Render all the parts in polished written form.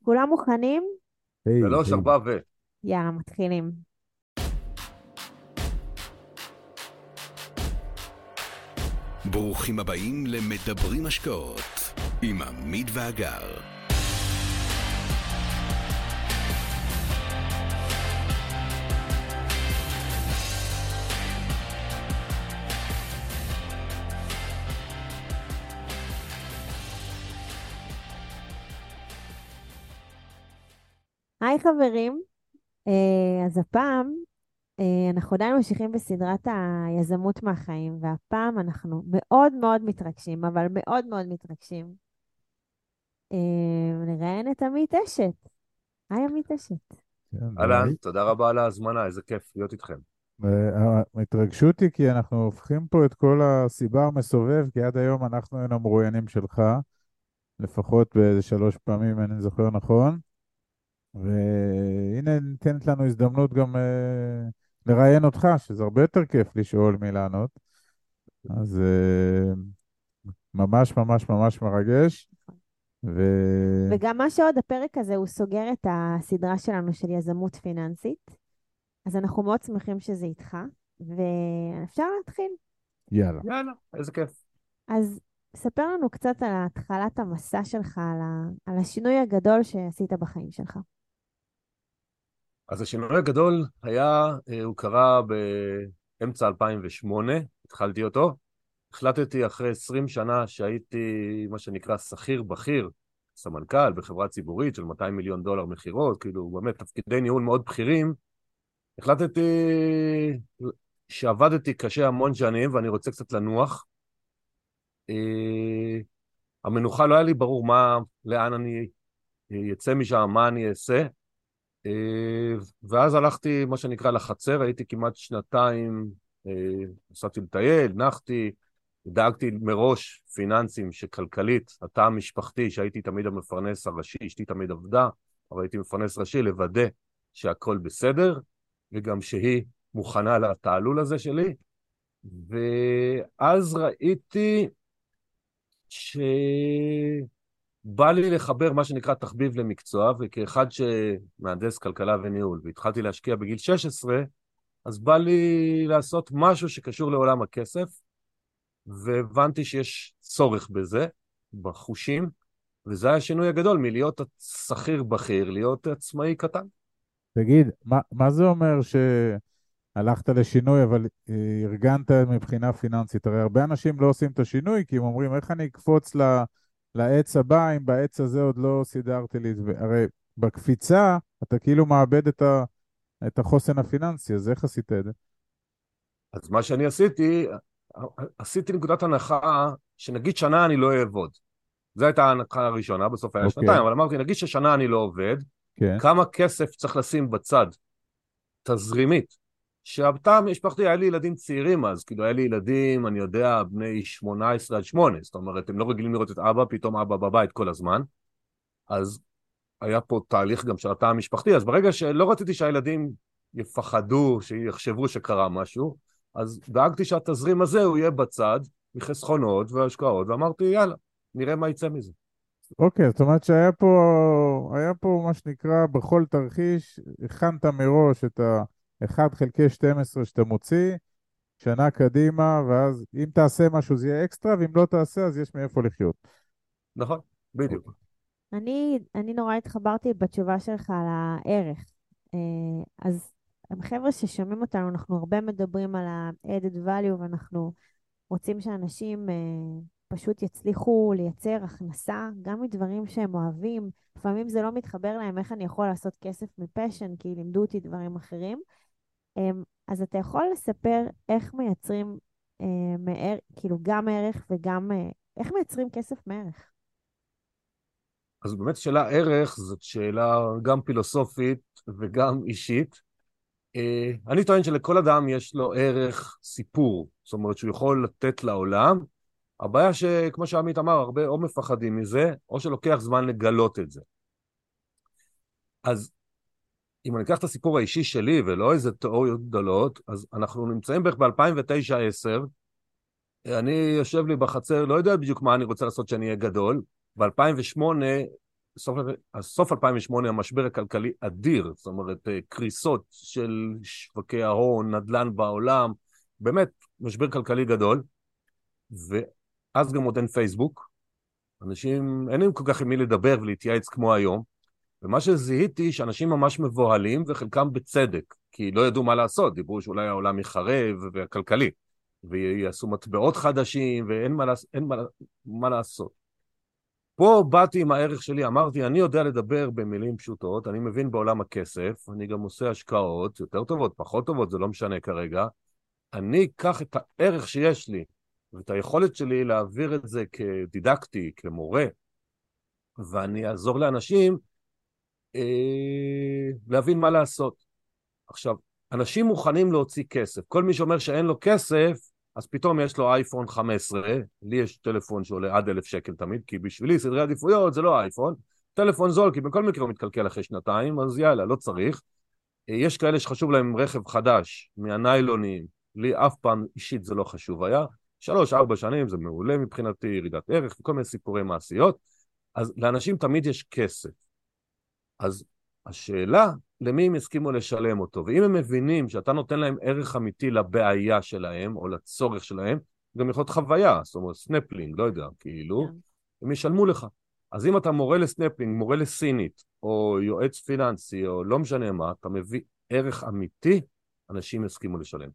כולם מוכנים? היי, שלוש, היי. ארבע יאללה, מתחילים. ברוכים הבאים למדברים השקעות עם עמית ואגר. היי חברים, אז הפעם אנחנו עדיין ממשיכים בסדרת היזמות מהחיים, והפעם אנחנו מאוד מאוד מתרגשים, אבל מאוד מאוד מתרגשים. נראיין את עמית אשת. היי עמית אשת. כן, אהלן, תודה רבה על ההזמנה, איזה כיף להיות איתכם. ההתרגשות היא כי אנחנו הופכים פה את כל הסיבה המסובב, כי עד היום אנחנו היינו המרואיינים שלך, לפחות באיזה 3 פעמים, אני זוכר נכון. והנה ניתנת לנו הזדמנות גם לראיין אותך, שזה הרבה יותר כיף לשאול מי לענות. אז ממש ממש ממש מרגש. ו... וגם מה שעוד, הפרק הזה הוא סוגר את הסדרה שלנו של יזמות פיננסית, אז אנחנו מאוד שמחים שזה איתך, ואפשר להתחיל. יאללה. יאללה, איזה כיף. אז ספר לנו קצת על התחלת המסע שלך, על השינוי הגדול שעשית בחיים שלך. אז השינוי הגדול הוא קרה באמצע 2008, התחלתי אותו. החלטתי אחרי 20 שנה שהייתי מה שנקרא שכיר בכיר, סמנכ"ל בחברה ציבורית של 200 מיליון דולר מחירות, כאילו באמת תפקידי ניהול מאוד בכירים. החלטתי שעבדתי קשה המון שנים ואני רוצה קצת לנוח. המנוחה לא היה לי ברור לאן אני יצא משם, מה אני אעשה. ואז הלכתי, מה שנקרא, לחצר, הייתי כמעט שנתיים, נסעתי לטייל, נחתי, דאגתי מראש פיננסים שכלכלית, התא המשפחתי, שהייתי תמיד המפרנס הראשי, אשתי תמיד עבדה, אבל הייתי מפרנס ראשי, לוודא שהכל בסדר, וגם שהיא מוכנה לתעלול הזה שלי. ואז ראיתי בא לי לחבר מה שנקרא תחביב למקצוע, וכאחד שמהנדס כלכלה וניהול, והתחלתי להשקיע בגיל 16, אז בא לי לעשות משהו שקשור לעולם הכסף, והבנתי שיש צורך בזה, בחושים, וזה היה השינוי הגדול, מלהיות שכיר בכיר, להיות עצמאי קטן. תגיד, מה זה אומר שהלכת לשינוי, אבל ארגנת מבחינה פיננסית? הרי הרבה אנשים לא עושים את השינוי, כי הם אומרים, איך אני אקפוץ לעץ הבא, אם בעץ הזה עוד לא סידרתי לי? הרי בקפיצה אתה כאילו מאבד את החוסן הפיננסי, אז איך עשית את זה? אז מה שאני עשיתי נקודת הנחה, שנגיד שנה אני לא אעבוד. זו הייתה ההנחה הראשונה, בסוף היה אוקיי, שנתיים, אבל אמרתי, נגיד ששנה אני לא עובד, כן. כמה כסף צריך לשים בצד, תזרימית, שהתא המשפחתי, היה לי ילדים צעירים אז, כאילו היה לי ילדים, אני יודע, בני 18 עד 8, זאת אומרת, הם לא רגילים לראות את אבא, פתאום אבא בבית כל הזמן, אז היה פה תהליך גם של התא המשפחתי, אז ברגע שלא רציתי שהילדים יפחדו, שיחשבו שקרה משהו, אז דאגתי שהתזרים הזה הוא יהיה בצד, מחסכונות והשקעות, ואמרתי, יאללה, נראה מה יצא מזה. אוקיי, זאת אומרת היה פה מה שנקרא, בכל תרחיש, הכנת מראש את ה-1 חלקי 12 שאתה מוציא, שנה קדימה, ואז אם תעשה משהו זה יהיה אקסטרה, ואם לא תעשה אז יש מאיפה לחיות. נכון, בדיוק. אני נורא התחברתי בתשובה שלך על הערך. אז החבר'ה ששומעים אותנו, אנחנו הרבה מדברים על ה-added value, ואנחנו רוצים שאנשים פשוט יצליחו לייצר הכנסה, גם מדברים שהם אוהבים. לפעמים זה לא מתחבר להם איך אני יכול לעשות כסף מפשן, כי לימדו אותי דברים אחרים. אז אתה יכול לספר איך מייצרים כאילו גם ערך וגם, איך מייצרים כסף מערך? אז באמת שאלה ערך, זאת שאלה גם פילוסופית וגם אישית. אני טוען שלכל אדם יש לו ערך סיפור, זאת אומרת שהוא יכול לתת לעולם. הבעיה שכמו שעמית אמר, הרבה או מפחדים מזה, או שלוקח זמן לגלות את זה. אז אם אני אקח את הסיפור האישי שלי ולא איזה תיאוריות גדולות, אז אנחנו נמצאים בערך ב-2009-10, אני יושב לי בחצר, לא יודע בדיוק מה אני רוצה לעשות שאני אהיה גדול. ב-2008 סוף 2008 המשבר הכלכלי אדיר, זאת אומרת, קריסות של שווקי ההון, נדל"ן בעולם, באמת משבר כלכלי גדול, ואז גם עוד אין פייסבוק, אנשים, אין להם כל כך עם מי לדבר ולהתייעץ כמו היום, ומה שזיהיתי שאנשים ממש מבוהלים, וחלקם בצדק, כי לא ידעו מה לעשות, דיברו שאולי העולם יחרב והכלכלי, ויעשו מטבעות חדשים, ואין מה לעשות. פה באתי עם הערך שלי, אמרתי, אני יודע לדבר במילים פשוטות, אני מבין בעולם הכסף, אני גם עושה השקעות, יותר טובות, פחות טובות, זה לא משנה כרגע, אני אקח את הערך שיש לי, ואת היכולת שלי להעביר את זה כדידקטי, כמורה, ואני אעזור לאנשים להבין מה לעשות. עכשיו, אנשים מוכנים להוציא כסף, כל מי שאומר שאין לו כסף, אז פתאום יש לו אייפון 15, לי יש טלפון שעולה עד 1,000 שקל תמיד, כי בשבילי סדרי עדיפויות זה לא אייפון, טלפון זול, כי בכל מקרה הוא מתקלקל אחרי שנתיים, אז יאללה, לא צריך. יש כאלה שחשוב להם רכב חדש, מהניילונים, לי אף פעם אישית זה לא חשוב היה, 3-4 שנים זה מעולה מבחינתי, ירידת ערך, וכל מיני סיפורי מעשיות, אז לאנשים תמיד יש כסף. אז השאלה, למי הם הסכימו לשלם אותו, ואם הם מבינים שאתה נותן להם ערך אמיתי לבעיה שלהם, או לצורך שלהם, גם יכול להיות חוויה, זאת אומרת, סנפלינג, לא יודע, כאילו, הם ישלמו לך. אז אם אתה מורה לסנפלינג, מורה לסינית, או יועץ פיננסי, או לא משנה מה, אתה מביא ערך אמיתי, אנשים יסכימו לשלם.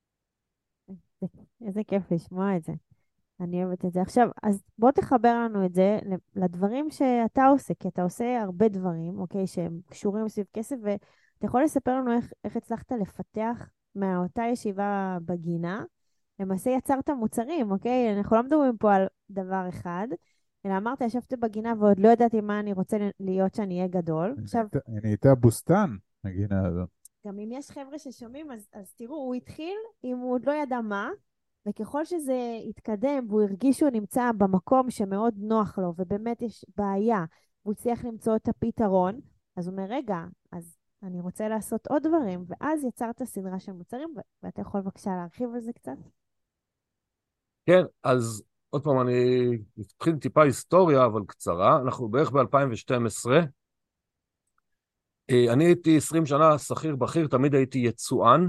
איזה כיף לשמוע את זה. אני אוהבת את זה. עכשיו, אז בוא תחבר לנו את זה לדברים שאתה עושה, כי אתה עושה הרבה דברים, אוקיי, שהם קשורים סביב כסף, ואתה יכול לספר לנו איך הצלחת לפתח מאותה ישיבה בגינה, למעשה יצרת מוצרים, אוקיי? אנחנו לא מדברים פה על דבר אחד, אלא אמרת, ישבתי בגינה ועוד לא ידעתי מה אני רוצה להיות שאני אהיה גדול. עכשיו, נהייתה בוסטן, הגינה הזאת. גם אם יש חבר'ה ששומעים, אז תראו, הוא התחיל אם הוא עוד לא ידע מה, וככל שזה התקדם והוא הרגיש שהוא נמצא במקום שמאוד נוח לו, ובאמת יש בעיה, והוא צריך למצוא את הפתרון, אז הוא אומר, רגע, אז אני רוצה לעשות עוד דברים, ואז יצרת סדרה של מוצרים, ואתה יכול בבקשה להרחיב על זה קצת? כן, אז עוד פעם, אני אתחיל טיפה היסטוריה, אבל קצרה. אנחנו בערך ב-2012, אני הייתי 20 שנה שכיר בכיר, תמיד הייתי יצואן,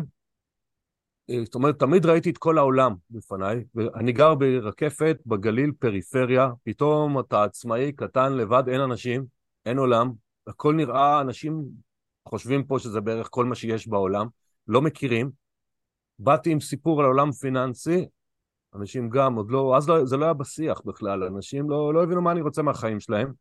זאת אומרת, תמיד ראיתי את כל העולם בפניי, ואני גר ברקפת, בגליל, פריפריה, פתאום אתה עצמאי, קטן, לבד, אין אנשים, אין עולם, הכל נראה, אנשים חושבים פה שזה בערך כל מה שיש בעולם, לא מכירים, באתי עם סיפור על עולם פיננסי, אנשים גם עוד לא, אז לא, זה לא היה בשיח בכלל, אנשים לא הבינו מה אני רוצה מהחיים שלהם,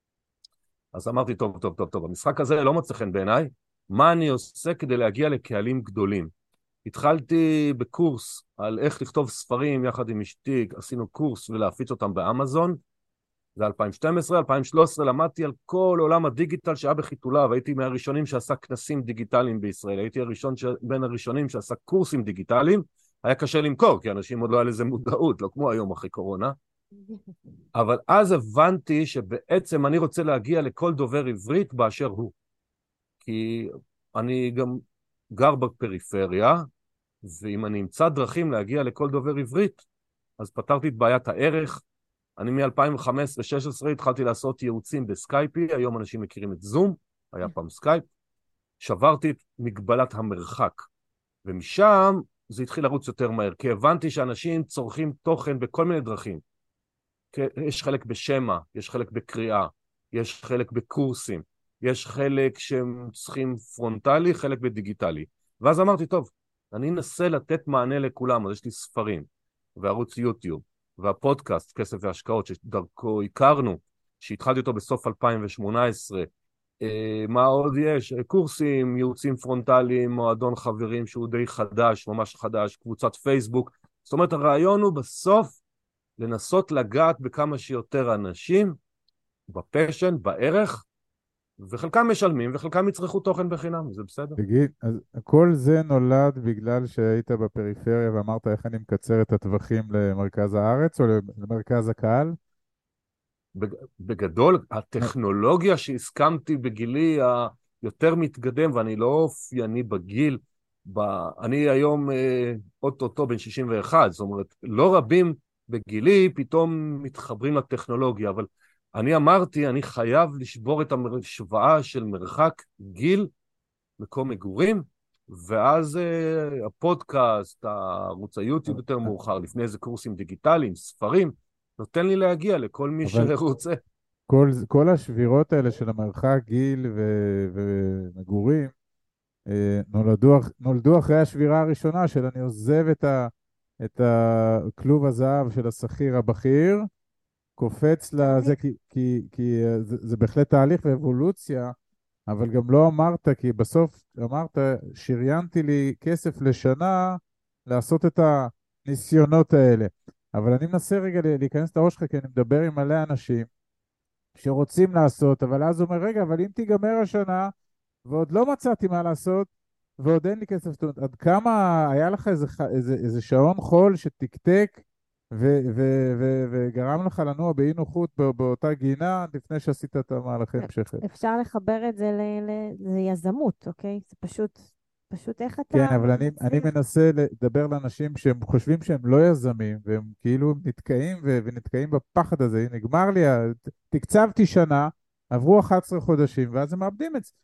אז אמרתי, טוב, המשחק הזה לא מצא חן בעיניי, מה אני עושה כדי להגיע לקהלים גדולים? התחלתי בקורס על איך לכתוב ספרים יחד עם אשתי, עשינו קורס ולהפיץ אותם באמזון, זה 2012, 2013 למדתי על כל עולם הדיגיטל שהיה בחיתוליו, הייתי מהראשונים שעשה כנסים דיגיטליים בישראל, הייתי בין הראשונים שעשה קורסים דיגיטליים, היה קשה למכור, כי אנשים עוד לא היה לזה מודעות, לא כמו היום אחרי קורונה, אבל אז הבנתי שבעצם אני רוצה להגיע לכל דובר עברית באשר הוא, כי אני גם גר בפריפריה, ואם אני אמצא דרכים להגיע לכל דובר עברית, אז פתרתי את בעיית הערך. אני מ-2015-2016 התחלתי לעשות ייעוצים בסקייפי, היום אנשים מכירים את זום, היה פעם סקייפ, שברתי את מגבלת המרחק, ומשם זה התחיל לרוץ יותר מהר, כי הבנתי שאנשים צורכים תוכן בכל מיני דרכים. יש חלק בשמה, יש חלק בקריאה, יש חלק בקורסים, יש חלק שהם צריכים פרונטלי, חלק בדיגיטלי. ואז אמרתי, טוב, אני אנסה לתת מענה לכולם, אז יש לי ספרים, וערוץ יוטיוב, והפודקאסט, כסף והשקעות, שדרכו הכרנו, שהתחלתי אותו בסוף 2018, מה עוד יש? קורסים, ייעוצים פרונטליים, מועדון חברים שהוא די חדש, ממש חדש, קבוצת פייסבוק, זאת אומרת, הרעיון הוא בסוף לנסות לגעת בכמה שיותר אנשים, בפשן, בערך, וחלקם משלמים, וחלקם יצרכו תוכן בחינם, זה בסדר. תגיד, אז כל זה נולד בגלל שהיית בפריפריה ואמרת איך אני מקצר את הטווחים למרכז הארץ או למרכז הקהל? בגדול, הטכנולוגיה שהסכמתי בגילי היותר מתקדם, ואני לא אופייני בגיל, אני היום אוטוטו בן 61, זאת אומרת, לא רבים בגילי פתאום מתחברים לטכנולוגיה, אבל אני אמרתי, אני חייב לשבור את המשוואה של מרחק גיל, מקום מגורים, ואז הפודקאסט, ערוץ היוטיוב יותר מאוחר, לפני איזה קורסים דיגיטליים, ספרים, נותן לי להגיע לכל מי אבל שרוצה. כל השבירות האלה של המרחק גיל ומגורים, נולדו אחרי השבירה הראשונה של אני עוזב את הכלוב הזהב של השכיר הבכיר, קופץ לזה, זה בהחלט תהליך ואבולוציה, אבל גם לא אמרת, כי בסוף אמרת, שריינתי לי כסף לשנה לעשות את הניסיונות האלה. אבל אני מנסה רגע להיכנס לראש שלך, כי אני מדבר עם מלא אנשים שרוצים לעשות, אבל אז הוא אומר, רגע, אבל אם תיגמר השנה, ועוד לא מצאתי מה לעשות, ועוד אין לי כסף, זאת אומרת, עד כמה היה לך איזה שעון חול שתקתק, וגרם לך לנוע באי נוחות באותה גינה, לפני שעשית את המהלכי המשכת. אפשר לחבר את זה ליזמות, אוקיי? זה פשוט איך כן, אתה אבל אני מצליח. מנסה לדבר לאנשים שהם חושבים שהם לא יזמים, והם כאילו נתקעים ונתקעים בפחד הזה. "הנה, נגמר לי, תקצבתי שנה, עברו 11 חודשים, ואז הם מאבדים את זה.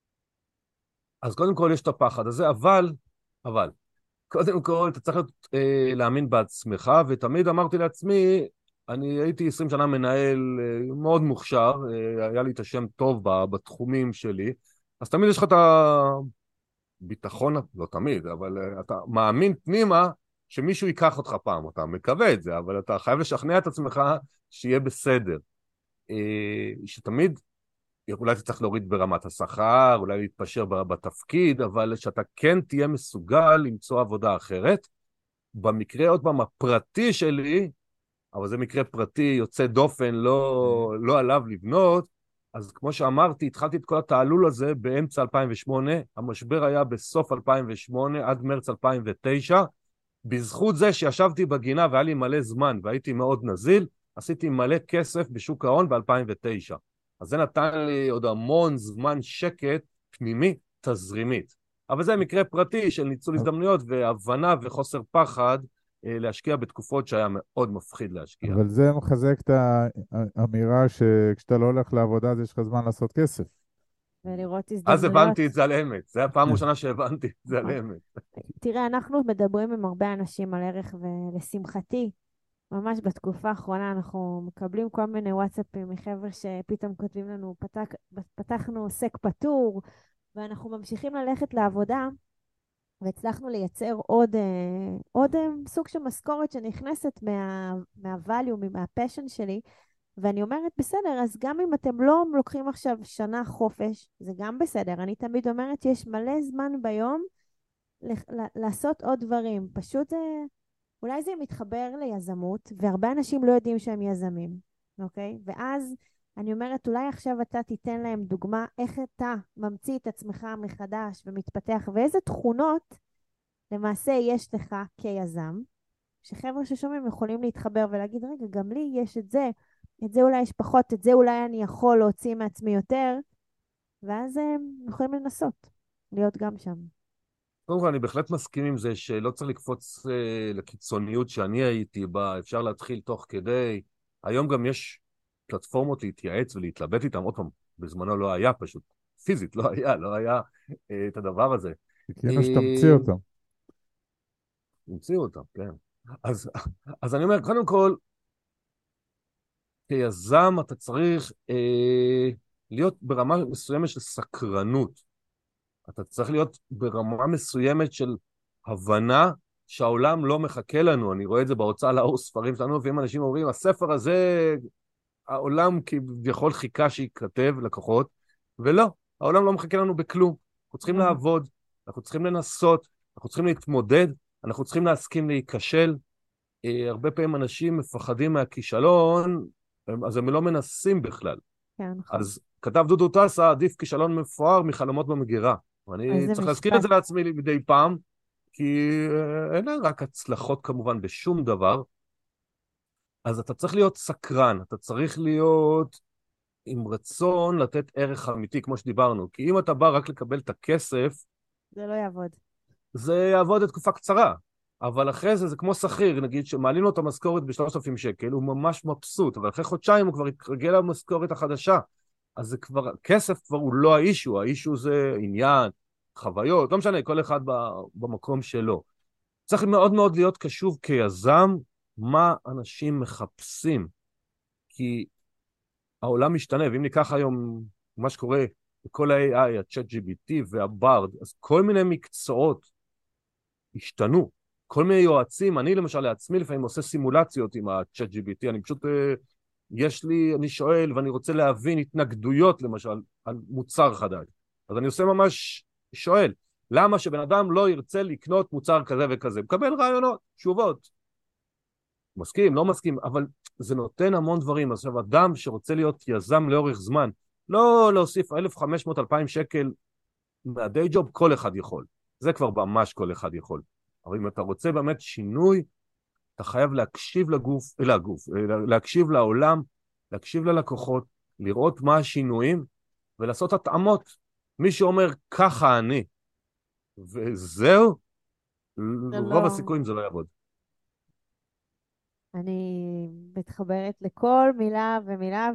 אז קודם כל יש את הפחד הזה, אבל, קודם כל אתה צריך להאמין בעצמך, ותמיד אמרתי לעצמי, אני הייתי 20 שנה מנהל מאוד מוכשר, היה לי את השם טוב בתחומים שלי, אז תמיד יש לך את הביטחון, לא תמיד, אבל אתה מאמין פנימה שמישהו ייקח אותך פעם, אתה מקווה את זה, אבל אתה חייב לשכנע את עצמך שיהיה בסדר. שתמיד אולי אתה צריך להוריד ברמת השכר, אולי להתפשר בתפקיד, אבל שאתה כן תהיה מסוגל למצוא עבודה אחרת. במקרה, עוד פעם, הפרטי שלי, אבל זה מקרה פרטי, יוצא דופן, לא עליו לבנות, אז כמו שאמרתי, התחלתי את כל התעלול הזה באמצע 2008, המשבר היה בסוף 2008 עד מרץ 2009, בזכות זה שישבתי בגינה והיה לי מלא זמן והייתי מאוד נזיל, עשיתי מלא כסף בשוק ההון ב-2009. אז זה נתן לי עוד המון זמן שקט פנימי תזרימית. אבל זה מקרה פרטי של ניצול הזדמנויות והבנה וחוסר פחד להשקיע בתקופות שהיה מאוד מפחיד להשקיע. אבל זה מחזק את האמירה שכשאתה לא הולך לעבודה, אז יש לך זמן לעשות כסף. ולראות אז הזדמנויות. הבנתי את זה על אמת. זה הפעם הראשונה שהבנתי את זה על אמת. תראה, אנחנו מדברים עם הרבה אנשים על ערך, ולשמחתי, ממש בתקופה האחרונה אנחנו מקבלים כל מיני וואטסאפים מחבר'ה שפתאום כותבים לנו, פתחנו עוסק פטור, ואנחנו ממשיכים ללכת לעבודה, והצלחנו לייצר עוד סוג של משכורת שנכנסת מהvalue, מהפשן שלי, ואני אומרת, בסדר, אז גם אם אתם לא לוקחים עכשיו שנה חופש, זה גם בסדר. אני תמיד אומרת, יש מלא זמן ביום לעשות עוד דברים. פשוט אולי זה מתחבר ליזמות, והרבה אנשים לא יודעים שהם יזמים, אוקיי? ואז אני אומרת, אולי עכשיו אתה תיתן להם דוגמה איך אתה ממציא את עצמך מחדש ומתפתח, ואיזה תכונות למעשה יש לך כיזם, שחבר'ה ששומעים יכולים להתחבר ולהגיד, רגע, גם לי יש את זה אולי יש פחות, את זה אולי אני יכול להוציא מעצמי יותר, ואז הם יכולים לנסות להיות גם שם. קודם כל, אני בהחלט מסכים עם זה שלא צריך לקפוץ לקיצוניות שאני הייתי בה, אפשר להתחיל תוך כדי. היום גם יש פלטפורמות להתייעץ ולהתלבט איתם, עוד פעם, בזמנו לא היה פשוט, פיזית לא היה את הדבר הזה. כאילו שתמציא אותם. המציאו אותם, כן. אז אני אומר, קודם כל, כיזם אתה צריך להיות ברמה מסוימת של סקרנות. אתה צריך להיות ברמה מסוימת של הבנה שהעולם לא מחכה לנו. אני רואה את זה בהוצאה לאור ספרים שלנו, ואם אנשים אומרים, הספר הזה, העולם כביכול חיכה שייכתב לקוחות, ולא, העולם לא מחכה לנו בכלום. אנחנו צריכים לעבוד, אנחנו צריכים לנסות, אנחנו צריכים להתמודד, אנחנו צריכים להסכים להיכשל. הרבה פעמים אנשים מפחדים מהכישלון, אז הם לא מנסים בכלל. כן, נכון. אז כתב דודו טסה, עדיף כישלון מפואר מחלומות במגירה. ואני צריך להזכיר את זה לעצמי מדי פעם, כי אין רק הצלחות כמובן בשום דבר. אז אתה צריך להיות סקרן, אתה צריך להיות עם רצון לתת ערך אמיתי, כמו שדיברנו. כי אם אתה בא רק לקבל את הכסף, זה לא יעבוד. זה יעבוד לתקופה קצרה. אבל אחרי זה כמו שכיר, נגיד שמעלים לו את המשכורת ב-3,000 שקל, הוא ממש מבסוט, אבל אחרי חודשיים הוא כבר התרגל למשכורת החדשה, אז זה כבר, כסף כבר הוא לא האישו, האישו זה עניין, חוויות, לא משנה, כל אחד במקום שלו. צריך מאוד מאוד להיות קשוב כיזם, מה אנשים מחפשים, כי העולם משתנה, ואם ניקח היום מה שקורה בכל ה-AI, ה-ChatGPT והברד, אז כל מיני מקצועות השתנו, כל מיני יועצים, אני למשל לעצמי לפעמים עושה סימולציות עם ה-ChatGPT, אני פשוט, אני שואל ואני רוצה להבין התנגדויות למשל על מוצר חדש, אז אני עושה ממש שואל, למה שבן אדם לא ירצה לקנות מוצר כזה וכזה, מקבל רעיונות, תשובות, מסכים, לא מסכים, אבל זה נותן המון דברים. עכשיו, אדם שרוצה להיות יזם לאורך זמן, לא להוסיף 1,500-2,000 שקל מהדי ג'וב, כל אחד יכול. זה כבר ממש כל אחד יכול. אבל אם אתה רוצה באמת שינוי, אתה חייב להקשיב להקשיב לעולם, להקשיב ללקוחות, לראות מה השינויים, ולעשות התאמות. מי שאומר, ככה אני, וזהו, רוב הסיכויים זה לא יעבוד. אני מתחברת לכל מילה ומילה,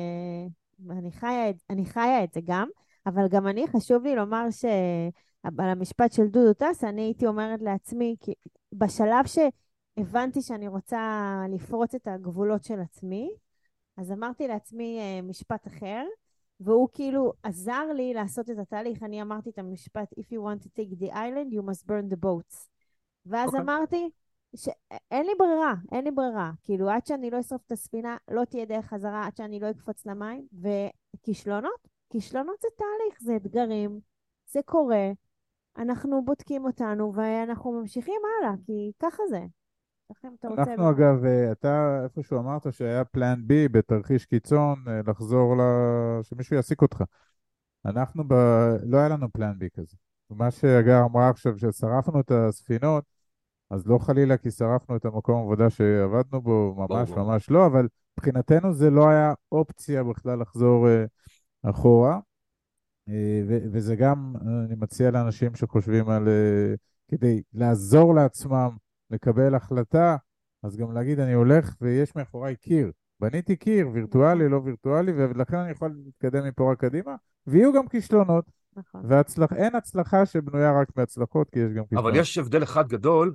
ואני חיה את זה גם, אבל גם אני, חשוב לי לומר על המשפט של דודו טס, אני הייתי אומרת לעצמי, כי בשלב שהבנתי שאני רוצה לפרוץ את הגבולות של עצמי, אז אמרתי לעצמי משפט אחר, והוא כאילו עזר לי לעשות את התהליך. אני אמרתי את המשפט, If you want to take the island, you must burn the boats. ואז אמרתי, אין לי ברירה, אין לי ברירה. כאילו, עד שאני לא אשרוף את הספינה, לא תהיה דרך חזרה, עד שאני לא אקפוץ למים. וכישלונות? כישלונות זה תהליך, זה אתגרים, זה קורה. אנחנו בודקים אותנו, ואנחנו ממשיכים הלאה, כי ככה זה. אנחנו אגב, אתה איפשהו אמרת שהיה פלן בי בתרחיש קיצון, לחזור שמישהו יעסיק אותך. לא היה לנו פלן בי כזה. מה שהגר אמרה עכשיו, ששרפנו את הספינות, אז לא חלילה כי שרפנו את המקום העבודה שעבדנו בו, ממש ממש לא, אבל מבחינתנו זה לא היה אופציה בכלל לחזור אחורה, וזה גם, אני מציע לאנשים שחושבים כדי לעזור לעצמם לקבל החלטה, אז גם להגיד אני הולך ויש מאחוריי קיר, בניתי קיר, וירטואלי, לא וירטואלי, ולכן אני יכול להתקדם מפה רק קדימה, ויהיו גם כישלונות, ואין הצלחה שבנויה רק מהצלחות, כי יש גם כישלונות. אבל יש הבדל אחד גדול,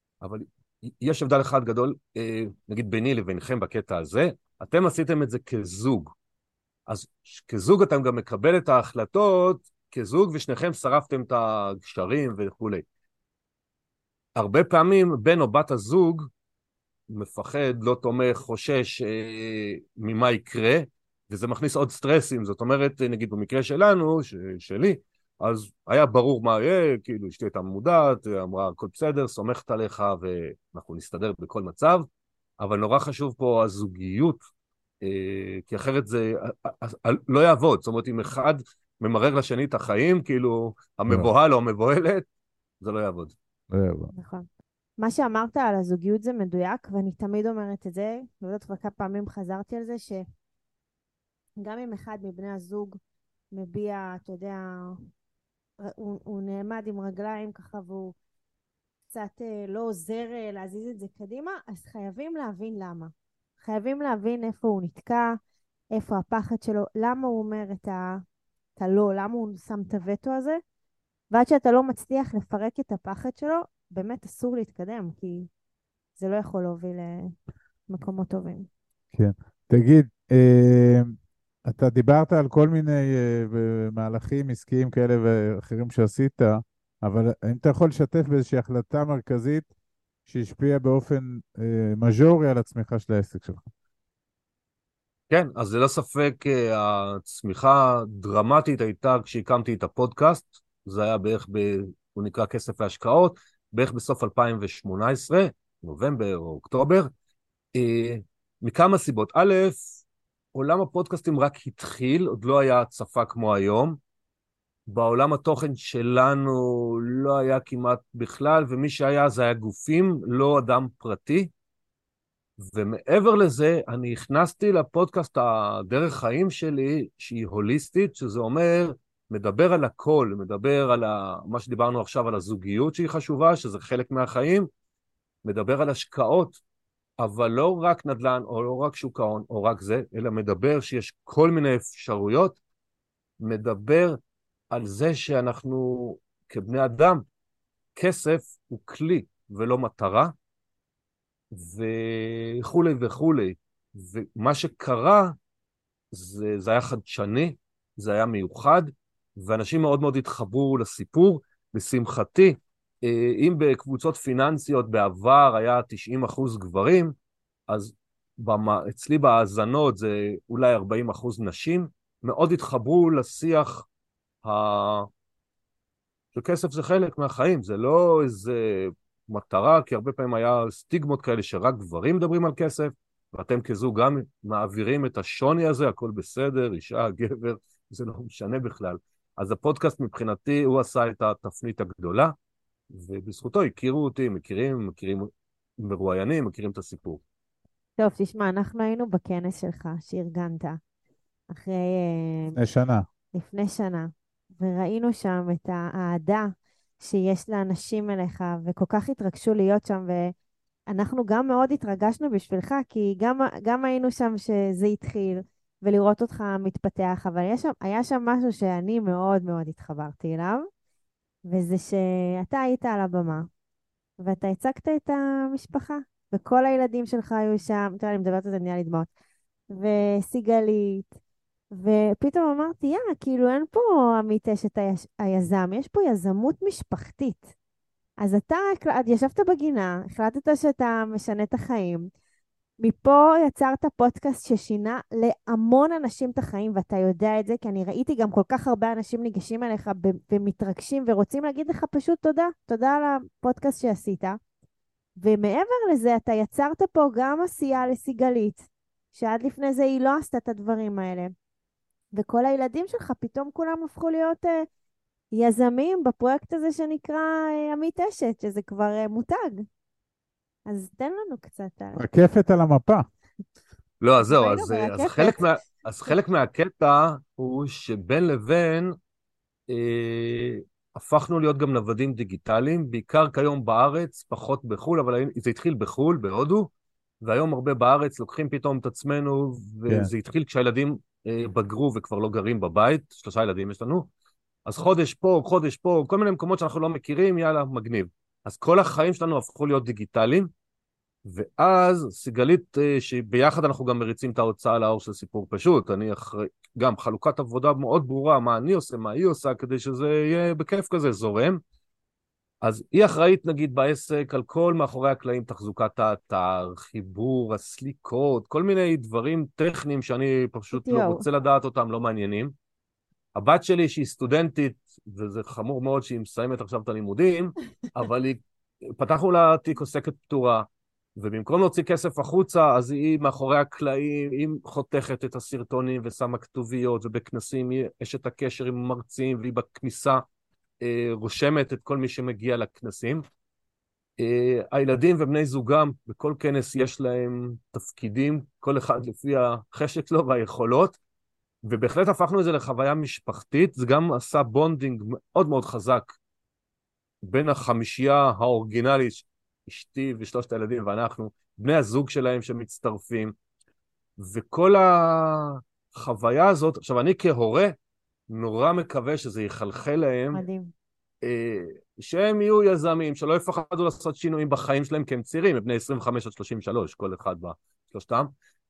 נגיד ביני לביניכם בקטע הזה, אתם עשיתם את זה כזוג, אז כזוג אתם גם מקבל את ההחלטות כזוג, ושניכם שרפתם את הגשרים וכו'. הרבה פעמים בן או בת הזוג מפחד, לא תומך, חושש ממה יקרה, וזה מכניס עוד סטרסים. זאת אומרת, נגיד במקרה שלנו, שלי, אז היה ברור מה יהיה, כאילו אשתי הייתה מודעת, אמרה הכל בסדר, סומכת עליך ואנחנו נסתדר בכל מצב, אבל נורא חשוב פה הזוגיות, כי אחרת זה לא יעבוד. זאת אומרת, אם אחד ממרר לשני את החיים, כאילו המבוהל או המבוהלת, זה לא יעבוד. נכון. מה שאמרת על הזוגיות זה מדויק, ואני תמיד אומרת את זה, לא יודעת כבר כמה פעמים חזרתי על זה, שגם אם אחד מבני הזוג מביע, אתה יודע, הוא נעמד עם רגליים ככה, והוא קצת לא עוזר להזיז את זה קדימה, אז חייבים להבין למה. חייבים להבין איפה הוא נתקע, איפה הפחד שלו, למה הוא אומר את הלא, למה הוא שם את הווטו הזה, ועד שאתה לא מצליח לפרק את הפחד שלו, באמת אסור להתקדם, כי זה לא יכול להוביל למקומות טובים. כן. תגיד, אתה דיברת על כל מיני מהלכים עסקיים כאלה ואחרים שעשית, אבל האם אתה יכול לשתף באיזושהי החלטה מרכזית שהשפיעה באופן מז'ורי על הצמיחה של העסק שלך? כן, אז זה לא ספק, הצמיחה דרמטית הייתה כשהקמתי את הפודקאסט, זה היה בערך, הוא נקרא כסף והשקעות, בערך בסוף 2018, נובמבר או אוקטובר, מכמה סיבות. א', עולם הפודקאסטים רק התחיל, עוד לא היה הצפה כמו היום, בעולם התוכן שלנו לא היה כמעט בכלל, ומי שהיה זה היה גופים, לא אדם פרטי, ומעבר לזה, אני הכנסתי לפודקאסט הדרך חיים שלי, שהיא הוליסטית, שזה אומר, מדבר על הכל, מדבר על מה שדיברנו עכשיו, על הזוגיות שהיא חשובה, שזה חלק מהחיים, מדבר על השקעות, אבל לא רק נדל"ן, או לא רק שוק ההון, או רק זה, אלא מדבר שיש כל מיני אפשרויות, מדבר על זה שאנחנו כבני אדם, כסף הוא כלי ולא מטרה, וכולי וכולי. ומה שקרה, זה היה חדשני, זה היה מיוחד, ואנשים מאוד מאוד התחברו לסיפור. לשמחתי, אם בקבוצות פיננסיות בעבר היה 90% גברים, אז אצלי בהאזנות זה אולי 40% נשים, מאוד התחברו לשיח שכסף זה חלק מהחיים, זה לא איזה מטרה, כי הרבה פעמים היה סטיגמות כאלה שרק גברים מדברים על כסף, ואתם כזוג גם מעבירים את השוני הזה, הכל בסדר, אישה, גבר, זה לא משנה בכלל. אז הפודקאסט מבחינתי, הוא עשה את התפנית הגדולה, ובזכותו הכירו אותי, מכירים מרואיינים, מכירים את הסיפור. טוב, תשמע, אנחנו היינו בכנס שלך, שארגנת, אחרי, לפני שנה. לפני שנה, וראינו שם את האהדה שיש לאנשים אליך, וכל כך התרגשו להיות שם, ואנחנו גם מאוד התרגשנו בשבילך, כי גם היינו שם שזה התחיל, ולראות אותך מתפתח, אבל היה שם משהו שאני מאוד מאוד התחברתי אליו, וזה שאתה היית על הבמה, ואתה הצגת את המשפחה, וכל הילדים שלך היו שם, תראה, אני מדברת על זה, נהיה לי דמעות, וסיגלית, ופתאום אמרתי, כאילו אין פה עמית אשת היזם, יש פה יזמות משפחתית. אז אתה ישבת בגינה, החלטת שאתה משנה את החיים, מפה יצרת פודקאסט ששינה להמון אנשים את החיים, ואתה יודע את זה, כי אני ראיתי גם כל כך הרבה אנשים ניגשים אליך ומתרגשים, ורוצים להגיד לך פשוט תודה, תודה על הפודקאסט שעשית. ומעבר לזה, אתה יצרת פה גם עשייה לסיגלית, שעד לפני זה היא לא עשתה את הדברים האלה. וכל הילדים שלך פתאום כולם הפכו להיות יזמים בפרויקט הזה שנקרא עמית אשת, שזה כבר מותג. אז תן לנו קצת. רקפת על המפה. לא, אז זהו, היינו ברקפת. אז חלק מהקטע הוא שבין לבין הפכנו להיות גם נוודים דיגיטליים, בעיקר כיום בארץ, פחות בחול, אבל זה התחיל בחול, בהודו, והיום הרבה בארץ לוקחים פתאום את עצמנו, וזה התחיל כשהילדים בגרו וכבר לא גרים בבית, 3 ילדים יש לנו, אז חודש פה, כל מיני מקומות שאנחנו לא מכירים, יאללה, מגניב. אז כל החיים שלנו הפכו להיות דיגיטליים, ואז סיגלית, שביחד אנחנו גם מריצים את ההוצאה לאור של סיפור פשוט, אני אחרי, גם חלוקת עבודה מאוד ברורה, מה אני עושה, מה היא עושה, כדי שזה יהיה בכיף כזה, זורם. אז היא אחראית נגיד בעסק על כל מאחורי הקלעים, תחזוקת האתר, חיבור, הסליקות, כל מיני דברים טכניים שאני פשוט לא רוצה לדעת אותם, לא מעניינים. הבת שלי שהיא סטודנטית, וזה חמור מאוד שהיא מסיימת עכשיו את הלימודים, אבל פתחנו לה תיק עוסקת פטורה, ובמקום להוציא כסף החוצה, אז היא מאחורי הקלעים, היא חותכת את הסרטונים ושמה כתוביות, ובכנסים היא אשת הקשר עם מרצים, והיא בכניסה רושמת את כל מי שמגיע לכנסים. הילדים ובני זוגם, בכל כנס יש להם תפקידים, כל אחד לפי החשק שלו והיכולות, ובהחלט הפכנו את זה לחוויה משפחתית, זה גם עשה בונדינג מאוד מאוד חזק בין החמישייה האורגינלית, אשתי ושלושת הילדים ואנחנו, בני הזוג שלהם שמצטרפים, וכל החוויה הזאת, עכשיו אני כהורה, נורא מקווה שזה יחלחל להם, מדהים. שהם יהיו יזמים, שלא יפחדו לעשות שינויים בחיים שלהם, כי הם צעירים, הם בני 25 עד 33, כל אחד בשלושתם,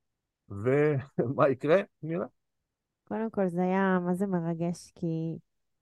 ומה יקרה? נראה. קודם כל זה היה, מה זה מרגש, כי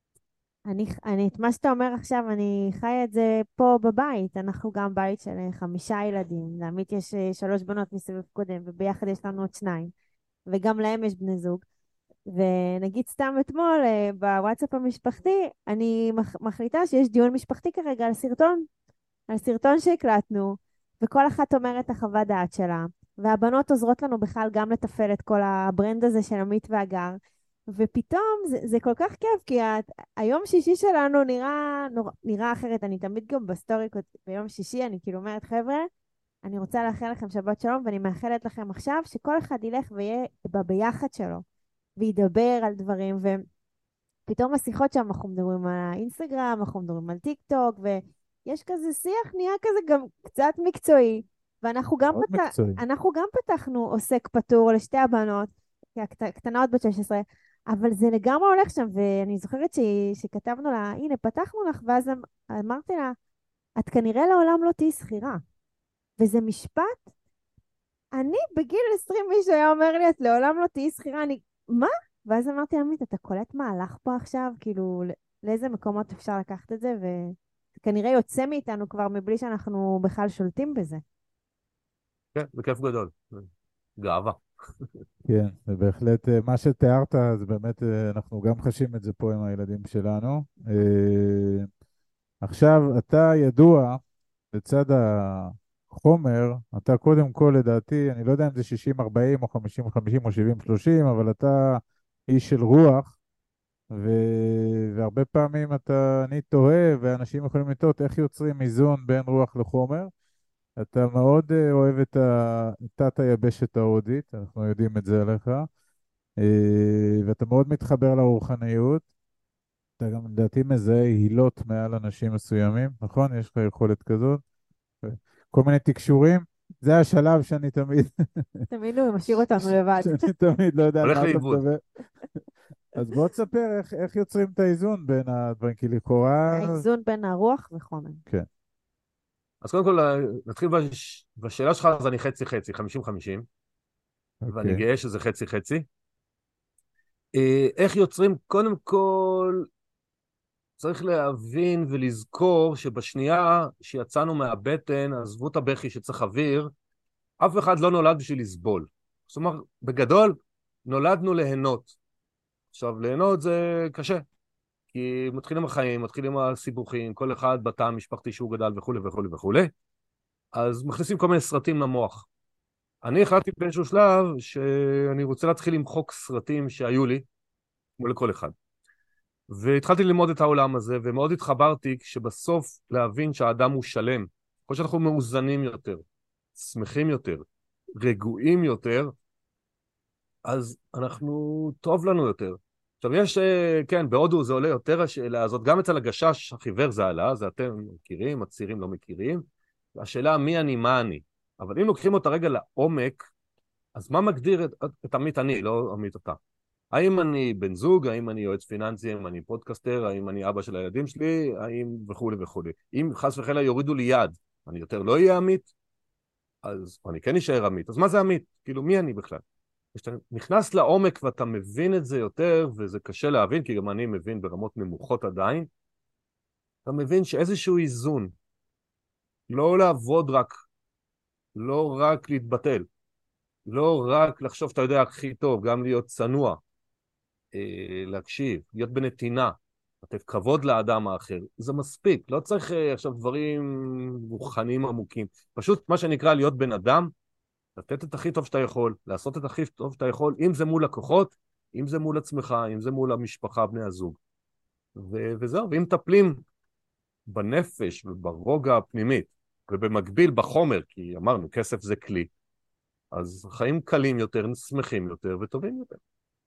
את מה שאתה אומר עכשיו, אני חיה את זה פה בבית. אנחנו גם בית של 5 ילדים. לעמית יש 3 בנות מסביב קודם, וביחד יש לנו עוד 2. וגם להם יש בני זוג. ונגיד סתם אתמול, בוואטסאפ המשפחתי, אני מחליטה שיש דיון משפחתי כרגע על סרטון שהקלטנו, וכל אחת אומרת את החוות דעת שלה. והבנות עוזרות לנו בכלל גם לתפעל את כל הברנד הזה של עמית והגר. ופתאום זה כל כך כיף, כי היום שישי שלנו נראה אחרת. אני תמיד גם בסטורי ביום שישי, אני כאילו אומרת, חבר'ה, אני רוצה לאחל לכם שבת שלום, ואני מאחלת לכם עכשיו שכל אחד ילך ויהיה ביחד שלו, וידבר על דברים, ופתאום השיחות שם, אנחנו מדברים על האינסטגרם, אנחנו מדברים על טיק טוק, יש כזה שיח, נהיה כזה גם קצת מקצועי, ואנחנו גם, מאוד מקצועי. אנחנו גם פתחנו עוסק פטור לשתי הבנות, כי הקטנות בת 16, אבל זה לגמרי הולך שם, ואני זוכרת שכתבנו לה, הנה, פתחנו לך, ואז אמרתי לה, את כנראה לעולם לא תהי שכירה. וזה משפט, אני בגיל 20 מישהו היה אומר לי, את לעולם לא תהי שכירה, אני, מה? ואז אמרתי לעמית, אתה קולט מה הלך פה עכשיו? כאילו, לאיזה מקומות אפשר לקחת את זה? וכנראה יוצא מאיתנו כבר מבלי שאנחנו בכלל שולטים בזה. כן, בכיף גדול. גאווה. כן, ובהחלט מה שתיארת, זה באמת, אנחנו גם חשים את זה פה עם הילדים שלנו. עכשיו, אתה ידוע, לצד החומר, אתה קודם כל, לדעתי, אני לא יודע אם זה 60-40 או 50-50 או 70-30, אבל אתה איש של רוח, והרבה פעמים אני תוהה, ואנשים יכולים לטעות איך יוצרים איזון בין רוח לחומר. אתה מאוד אוהב את תת היבשת ההודית, אנחנו יודעים את זה עליך, ואתה מאוד מתחבר לרוחניות. אתה גם לדעתי מזהה הילות מעל אנשים מסוימים, נכון? יש לך יכולת כזאת? כל מיני תקשורים. זה השלב שאני תמיד, תמיד הוא משאיר אותנו לבד. שאני תמיד לא יודע על הולך מה אתה לאיבוד. מדבר. אז בוא תספר איך יוצרים את האיזון בין הדברים, כי לכאורה... האיזון בין הרוח וחומר. כן, אז קודם כל, נתחיל בשאלה שלך, אז אני חצי-חצי, 50-50, ואני אוקיי. גאה שזה חצי-חצי. איך יוצרים? קודם כל, צריך להבין ולזכור שבשנייה שיצאנו מהבטן, עזבו את הבכי שצריך אוויר, אף אחד לא נולד בשביל לסבול. זאת אומרת, בגדול, נולדנו ליהנות. עכשיו, ליהנות זה קשה, כי מתחילים החיים, מתחילים הסיבוכים, כל אחד בתא המשפחתי שהוא גדל וכו' וכו' וכו'. אז מכניסים כל מיני סרטים למוח. אני החלטתי באיזשהו שלב שאני רוצה להתחיל למחוק סרטים שהיו לי, כמו לכל אחד. והתחלתי ללמוד את העולם הזה, ומאוד התחברתי כשבסוף להבין שהאדם הוא שלם. כמו שאנחנו מאוזנים יותר, שמחים יותר, רגועים יותר, אז אנחנו, טוב לנו יותר. עכשיו יש, כן, בהודו זה עולה יותר השאלה הזאת, גם אצל הגשש החיוור זה עלה, זה אתם מכירים, הצעירים לא מכירים, השאלה מי אני, מה אני. אבל אם לוקחים אותה רגע לעומק, אז מה מגדיר את עמית אני, לא עמית אתה? האם אני בן זוג, האם אני יועץ פיננסי, האם אני פודקאסטר, האם אני אבא של הילדים שלי, האם וכו' וכו'. אם חס וחלילה יורידו לי יד, אני יותר לא אהיה עמית, אז אני כן אשאר עמית. אז מה זה עמית? כאילו, מי אני בכלל? כשאתה נכנס לעומק ואתה מבין את זה יותר, וזה קשה להבין, כי גם אני מבין ברמות נמוכות עדיין, אתה מבין שאיזשהו איזון, לא לעבוד רק, לא רק להתבטל, לא רק לחשוב שאתה יודע הכי טוב, גם להיות צנוע, להקשיב, להיות בנתינה, לתת כבוד לאדם האחר, זה מספיק, לא צריך עכשיו דברים רוחניים עמוקים, פשוט מה שנקרא להיות בן אדם, לתת את הכי טוב שאתה יכול, לעשות את הכי טוב שאתה יכול, אם זה מול לקוחות, אם זה מול עצמך, אם זה מול המשפחה, בני הזוג. וזהו, ואם מטפלים בנפש וברוגע הפנימית, ובמקביל בחומר, כי אמרנו, כסף זה כלי, אז חיים קלים יותר, שמחים יותר וטובים יותר.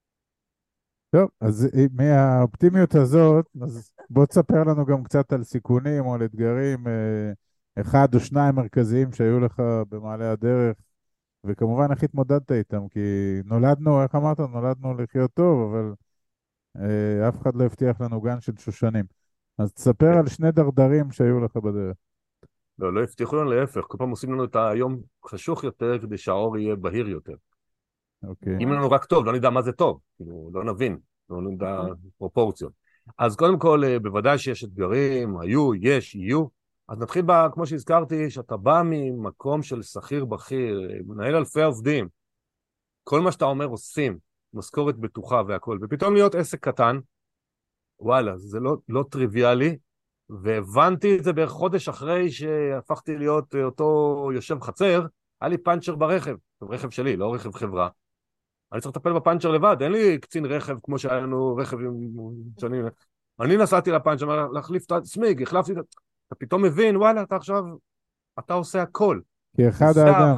טוב, אז מהאופטימיות הזאת, אז בוא תספר לנו גם קצת על סיכונים או על אתגרים, אחד או שניים מרכזיים שהיו לך במעלה הדרך, וכמובן איך התמודדת איתם, כי נולדנו, איך אמרת? נולדנו לחיות טוב, אבל אף אחד לא הבטיח לנו גן של שושנים. אז תספר על שני דרדרים שהיו לך בדרך. לא, לא הבטיחו לנו להפך, כל פעם עושים לנו את היום חשוך יותר, כדי שהאור יהיה בהיר יותר. אוקיי. אם לנו רק טוב, לא נדע מה זה טוב, כאילו, לא נבין, לא נדע פרופורציות. אז קודם כל, בוודאי שיש אתגרים, היו, יש, יהיו. אז נתחיל כמו שהזכרתי, שאתה בא ממקום של שכיר בכיר, מנהל אלפי עובדים, כל מה שאתה אומר עושים, משכורת בטוחה והכל, ופתאום להיות עסק קטן, וואלה, זה לא טריוויאלי, והבנתי את זה בערך חודש אחרי שהפכתי להיות אותו יושב חצר, היה לי פאנצ'ר ברכב, רכב שלי, לא רכב חברה, אני צריך לטפל בפאנצ'ר לבד, אין לי קצין רכב כמו שהיה לנו רכב עם שנים, אני נסעתי לפאנצ'ר, להחליף את הסמיג, החלפתי, אתה פתאום מבין, וואלה, אתה עכשיו, אתה עושה הכל. כאחד האדם.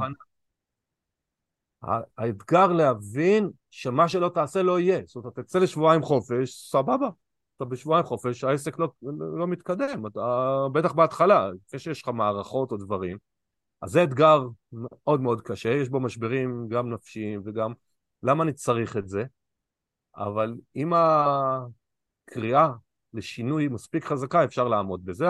האתגר להבין שמה שלא תעשה לא יהיה, זאת אומרת, תצא לשבועיים חופש, סבבה, אתה בשבועיים חופש, העסק לא מתקדם, אתה בטח בהתחלה, לפני שיש לך מערכות או דברים, אז זה אתגר מאוד מאוד קשה, יש בו משברים גם נפשיים וגם, למה אני צריך את זה? אבל אם הקריאה לשינוי מספיק חזקה, אפשר לעמוד בזה,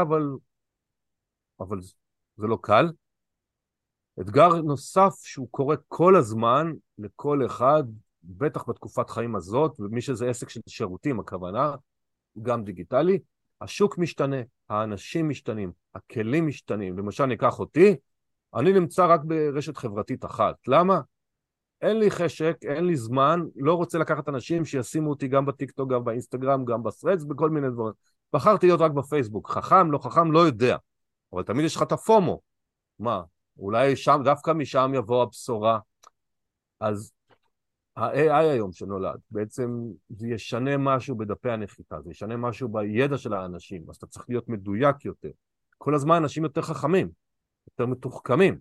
אבל זה לא קל. אתגר נוסף שהוא קורה כל הזמן לכל אחד, בטח בתקופת חיים הזאת, ומי שזה עסק של שירותים, הכוונה, גם דיגיטלי, השוק משתנה, האנשים משתנים, הכלים משתנים. למשל, ניקח אותי, אני נמצא רק ברשת חברתית אחת. למה? אין לי חשק, אין לי זמן, לא רוצה לקחת אנשים שישימו אותי גם בטיקטוק, גם באינסטגרם, גם בסרדס, בכל מיני דברים. בחרתי להיות רק בפייסבוק. חכם, לא יודע. אבל תמיד יש לך את הפומו. מה? אולי שם, דווקא משם יבוא הבשורה. אז ה-AI היום שנולד, בעצם זה ישנה משהו בדפי הנחיתה, זה ישנה משהו בידע של האנשים, אז אתה צריך להיות מדויק יותר. כל הזמן אנשים יותר חכמים, יותר מתוחכמים.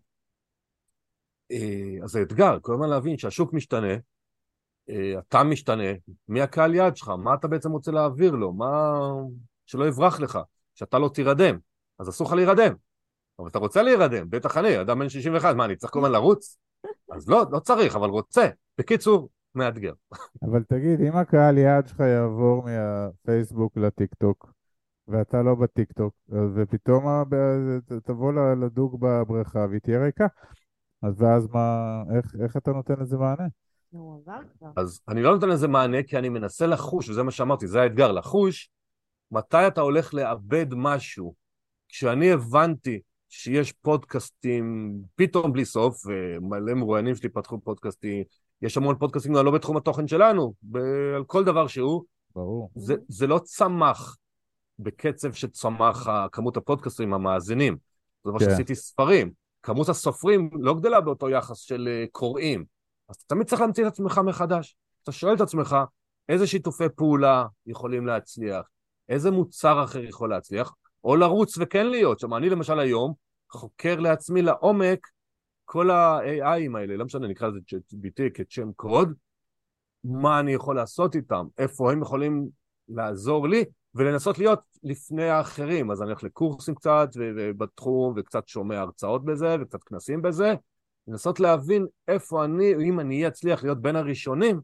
אז זה אתגר, כל הזמן להבין שהשוק משתנה, אתה משתנה, מי הקהל יעד שלך, מה אתה בעצם רוצה להעביר לו, מה שלא יברח לך, שאתה לא תירדם, אז אסור לך להירדם, אבל אתה רוצה להירדם, בטח אני, אדם בן 61, מה, אני צריך כל הזמן לרוץ? אז לא צריך, אבל רוצה. בקיצור, מאתגר. אבל תגיד, אם הקהל יעד שלך יעבור מהפייסבוק לטיקטוק, ואתה לא בטיקטוק, ופתאום תבוא לדוג בבריכה והיא תהיה ריקה, אז ואז מה, איך אתה נותן לזה מענה? הוא עבר כבר. אז אני לא נותן לזה מענה, כי אני מנסה לחוש, וזה מה שאמרתי, זה האתגר, לחוש, מתי אתה הולך לאבד משהו. כשאני הבנתי שיש פודקאסטים, פתאום בלי סוף, ומלא מרואיינים שלי פתחו פודקאסטים, יש המון פודקאסטים לא בתחום התוכן שלנו, על כל דבר שהוא, ברור. זה לא צמח בקצב שצמח כמות הפודקאסטים המאזינים. זה מה כן. שעשיתי ספרים. כמות הסופרים לא גדלה באותו יחס של קוראים. אז אתה תמיד צריך להמציא את עצמך מחדש. אתה שואל את עצמך, איזה שיתופי פעולה יכולים להצליח? איזה מוצר אחר יכול להצליח? או לרוץ וכן להיות. שם אני למשל היום חוקר לעצמי לעומק כל ה-AI'ים האלה, לא משנה, נקרא לזה ChatGPT כשם קוד, מה אני יכול לעשות איתם, איפה הם יכולים לעזור לי, ולנסות להיות לפני האחרים. אז אני הולך לקורסים קצת בתחום, וקצת שומע הרצאות בזה, וקצת כנסים בזה, לנסות להבין איפה אני, אם אני אצליח להיות בין הראשונים,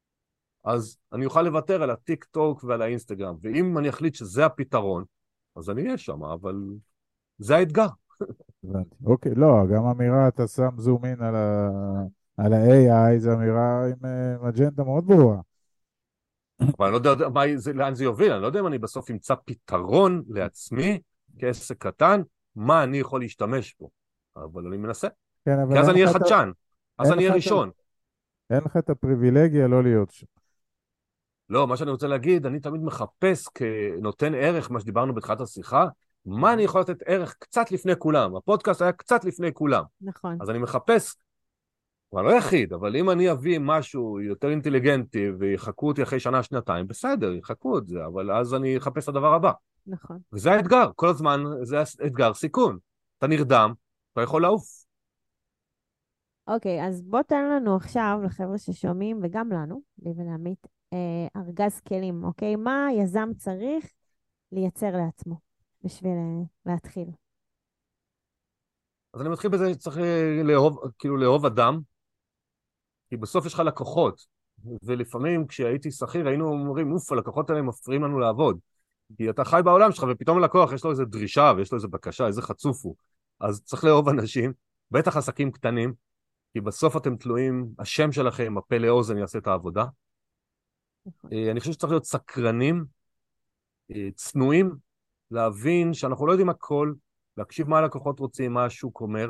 אז אני אוכל לוותר על הטיק טוק ועל האינסטגרם, ואם אני אחליט שזה הפתרון, אז אני אהיה שם, אבל זה האתגר. הבנתי. אוקיי, לא, גם אמירה, אתה שם זום אין על ה-AI, זו אמירה עם אג'נדה מאוד ברורה. אבל אני לא יודע לאן זה יוביל, אני לא יודע אם אני בסוף אמצא פתרון לעצמי, כעסק קטן, מה אני יכול להשתמש בו. אבל אני מנסה. כן, אבל כי אז אני אהיה לך את ה- חדשן, אז אין אני לך אהיה את ראשון. אין לך את הפריבילגיה לא להיות שם. לא, מה שאני רוצה להגיד, אני תמיד מחפש כנותן ערך, מה שדיברנו בתחילת השיחה, מה אני יכול לתת ערך קצת לפני כולם. הפודקאסט היה קצת לפני כולם. נכון. אז אני מחפש, אבל לא יחיד, אבל אם אני אביא משהו יותר אינטליגנטי ויחכו אותי אחרי שנה, שנתיים, בסדר, יחכו את זה, אבל אז אני אחפש את הדבר הבא. נכון. וזה האתגר, כל הזמן זה אתגר סיכון. אתה נרדם, אתה יכול לעוף. אוקיי, אז בוא תן לנו עכשיו, לחבר'ה ששומעים, וגם לנו, לי ולעמית, ארגז כלים, אוקיי? מה יזם צריך לייצר לעצמו בשביל להתחיל? אז אני מתחיל בזה שצריך לאהוב, כאילו לאהוב אדם, כי בסוף יש לך לקוחות, ולפעמים כשהייתי שכיר היינו אומרים, אוף, הלקוחות האלה מפריעים לנו לעבוד, כי אתה חי בעולם שלך ופתאום הלקוח יש לו איזו דרישה ויש לו איזו בקשה, איזה חצוף הוא. אז צריך לאהוב אנשים, בטח עסקים קטנים, כי בסוף אתם תלויים, השם שלכם, הפה לאוזן יעשה את העבודה. נכון. אני חושב שצריך להיות סקרנים, צנועים, להבין שאנחנו לא יודעים הכל, להקשיב מה הלקוחות רוצים, מה השוק אומר,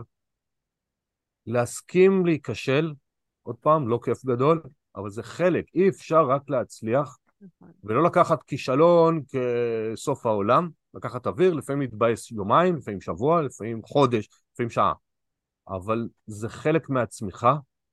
להסכים להיכשל, עוד פעם, לא כיף גדול, אבל זה חלק, אי אפשר רק להצליח, נכון. ולא לקחת כישלון כסוף העולם, לקחת אוויר, לפעמים להתבאס יומיים, לפעמים שבוע, לפעמים חודש, לפעמים שעה, אבל זה חלק מהצמיחה,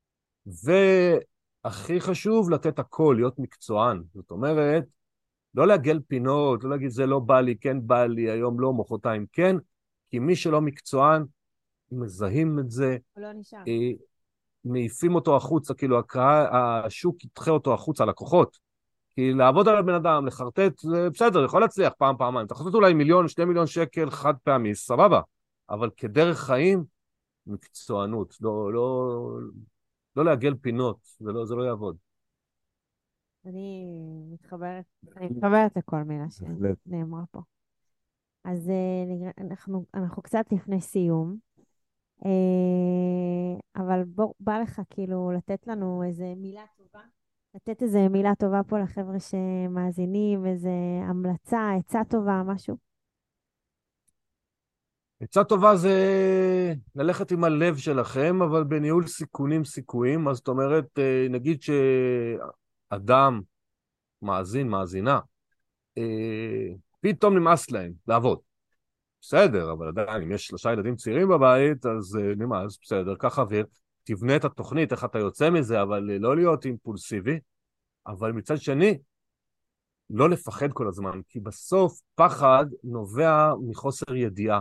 והכי חשוב לתת הכל, להיות מקצוען, זאת אומרת, לא להגל פינות, לא להגיד זה לא בא לי, כן בא לי, היום לא, מחרתיים כן, כי מי שלא מקצוען, מזהים את זה, הוא לא נשאר. מעיפים אותו החוצה, כאילו השוק ידחה אותו החוצה, לקוחות, כי לעבוד על הבן אדם, לחרטט, זה בסדר, יכול להצליח פעם, פעמיים. תחרטט אולי 1,000,000, 2,000,000 שקל חד פעמי, סבבה. אבל כדרך חיים, מקצוענות. לא לעגל פינות, זה לא יעבוד. אני מתחברת לכל מילה בהחלט. שנאמרה פה. אז אנחנו קצת לפני סיום, אבל בא לך כאילו לתת לנו איזה מילה טובה, לתת איזה מילה טובה פה לחבר'ה שמאזינים, איזה המלצה, עצה טובה, משהו. עצה טובה זה ללכת עם הלב שלכם, אבל בניהול סיכונים. אז זאת אומרת, נגיד שאדם מאזינה, פתאום נמאס להם לעבוד. בסדר, אבל עדיין, אם יש 3 ילדים צעירים בבית, אז נמאס, בסדר, קח אוויר, תבנה את התוכנית, איך אתה יוצא מזה, אבל לא להיות אימפולסיבי, אבל מצד שני, לא לפחד כל הזמן, כי בסוף פחד נובע מחוסר ידיעה.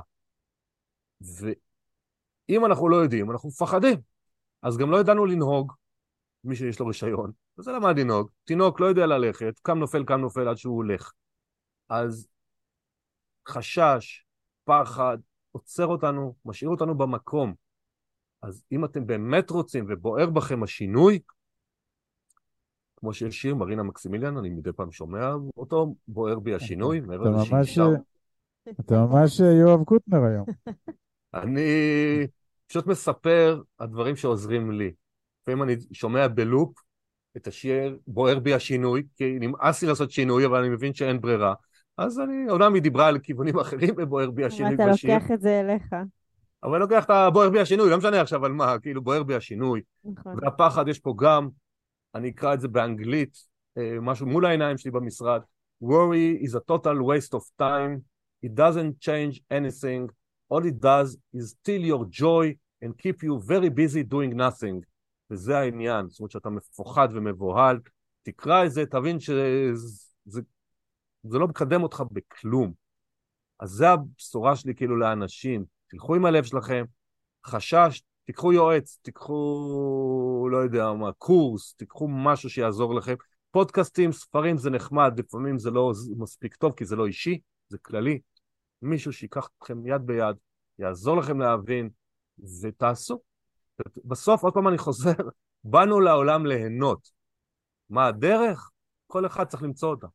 ואם אנחנו לא יודעים, אנחנו מפחדים. אז גם לא ידענו לנהוג, מי שיש לו רישיון, וזה למד לנהוג. תינוק לא יודע ללכת, קם נופל עד שהוא הולך. אז חשש, פחד, עוצר אותנו, משאיר אותנו במקום. אז אם אתם באמת רוצים ובוער בכם השינוי, כמו שיש שיר, מרינה מקסימיליאן, אני מדי פעם שומע אותו, בוער בי השינוי, מעבר לזה שהיא שם. אתה ממש יואב קוטנר היום. אני פשוט מספר הדברים שעוזרים לי. לפעמים אני שומע בלופ את השיר בוער בי השינוי, כי נמאס לי לעשות שינוי, אבל אני מבין שאין ברירה. אז אומנם היא דיברה על כיוונים אחרים בבוער בי השינוי אתה בשיר, לוקח את זה אליך. אבל אני לוקח את הבוער בי השינוי, לא משנה עכשיו על מה, כאילו בוער בי השינוי. נכון. והפחד יש פה גם, אני אקרא את זה באנגלית, משהו מול העיניים שלי במשרד. Worry is a total waste of time. It doesn't change anything. All it does is steal your joy and keep you very busy doing nothing. וזה העניין, זאת אומרת שאתה מפוחד ומבוהל, תקרא את זה, תבין שזה לא מקדם אותך בכלום. אז זה הבשורה שלי כאילו לאנשים, תלכו עם הלב שלכם, חשש, תיקחו יועץ, תיקחו, לא יודע מה, קורס, תיקחו משהו שיעזור לכם. פודקאסטים, ספרים זה נחמד, לפעמים זה לא מספיק טוב, כי זה לא אישי, זה כללי. מישהו שיקח אתכם יד ביד, יעזור לכם להבין, ותעשו. בסוף, עוד פעם אני חוזר, באנו לעולם ליהנות. מה הדרך? כל אחד צריך למצוא אותה.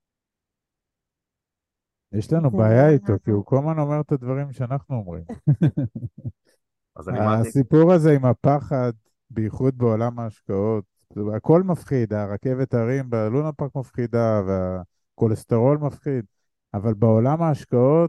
יש לנו בעיה איתו, כי הוא כל הזמן אומר את הדברים שאנחנו אומרים. אז אני מעדיף. הסיפור הזה עם הפחד, בייחוד בעולם ההשקעות, הכל מפחיד, הרכבת הרים בלונה פארק מפחידה, והכולסטרול מפחיד, אבל בעולם ההשקעות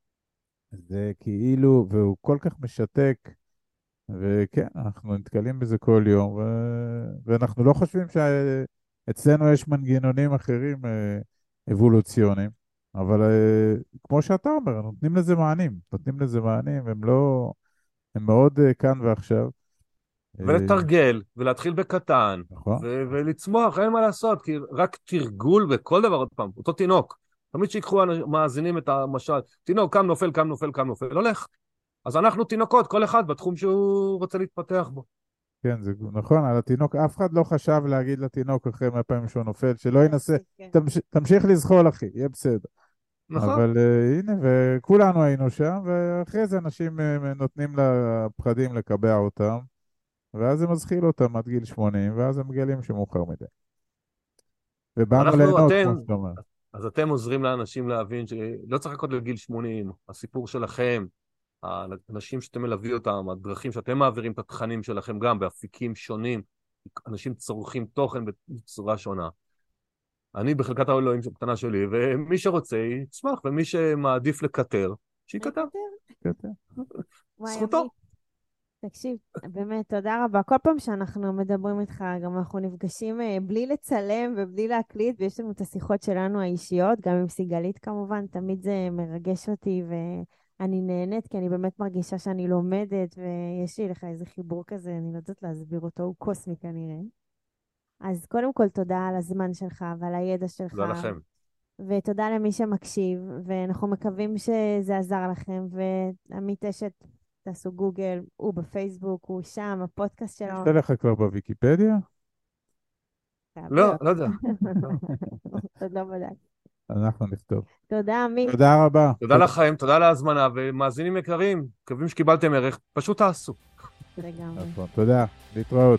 זה כאילו, והוא כל כך משתק, וכן, אנחנו נתקלים בזה כל יום, ואנחנו לא חושבים שאצלנו יש מנגנונים אחרים אבולוציוניים, אבל כמו שאתה אומר, נותנים לזה מענים, הם מאוד כאן ועכשיו. ולתרגל, ולהתחיל בקטן, נכון. ולצמוח, אין מה לעשות, כי רק תרגול בכל דבר, עוד פעם, אותו תינוק, תמיד שיקחו מאזינים את המשל, תינוק קם נופל, הולך. אז אנחנו תינוקות, כל אחד בתחום שהוא רוצה להתפתח בו. כן, זה נכון, על התינוק, אף אחד לא חשב להגיד לתינוק אחרי 100 פעמים שהוא נופל, שלא ינסה, תמשיך לזחול אחי, יהיה בסדר. נכון. אבל הנה, וכולנו היינו שם, ואחרי זה אנשים נותנים לפחדים לקבע אותם, ואז זה מזחיל אותם עד גיל 80, ואז הם מגלים שמאוחר מדי. ובאנו ליהנות, כמו שאתה אומר. אז אתם עוזרים לאנשים להבין שלא צריך לחכות לגיל 80, הסיפור שלכם, האנשים שאתם מלווים אותם, הדרכים שאתם מעבירים את התכנים שלכם גם באפיקים שונים, אנשים צורכים תוכן בצורה שונה. אני בחלקת האלוהים הקטנה שלי, ומי שרוצה יצמח, ומי שמעדיף לקטר, שיקטר. זכותו. תקשיב, באמת, תודה רבה. כל פעם שאנחנו מדברים איתך, גם אנחנו נפגשים בלי לצלם ובלי להקליט, ויש לנו את השיחות שלנו האישיות, גם עם סיגלית כמובן, תמיד זה מרגש אותי, ואני נהנית, כי אני באמת מרגישה שאני לומדת, ויש לי לך איזה חיבור כזה, אני לא יודעת להסביר אותו, הוא קוסמי כנראה. אז קודם כל, תודה על הזמן שלך ועל הידע שלך. תודה לכם. ותודה למי שמקשיב, ואנחנו מקווים שזה עזר לכם, ועמית אשת, תעשו גוגל, הוא בפייסבוק, הוא שם, הפודקאסט שלו. יש לך כבר בוויקיפדיה? לא, לא יודע. עוד לא בדק. אנחנו נכתוב. תודה, עמית. תודה רבה. תודה לכם, תודה על ההזמנה, ומאזינים יקרים, מקווים שקיבלתם ערך, פשוט תעשו. לגמרי. נכון, תודה, להתראות.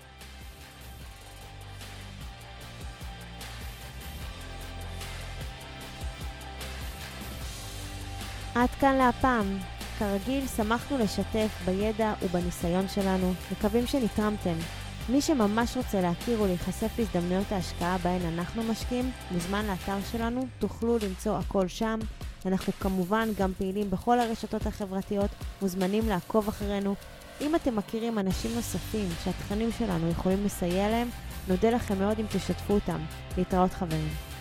עד כאן להפעם. כרגיל, שמחנו לשתף בידע ובניסיון שלנו. מקווים שנתרמתם. מי שממש רוצה להכיר ולהיחשף להזדמנויות ההשקעה בהן אנחנו משקיעים, מוזמן לאתר שלנו, תוכלו למצוא הכל שם. אנחנו כמובן גם פעילים בכל הרשתות החברתיות, מוזמנים לעקוב אחרינו. אם אתם מכירים אנשים נוספים שהתכנים שלנו יכולים לסייע להם, נודה לכם מאוד אם תשתפו אותם. להתראות חברים.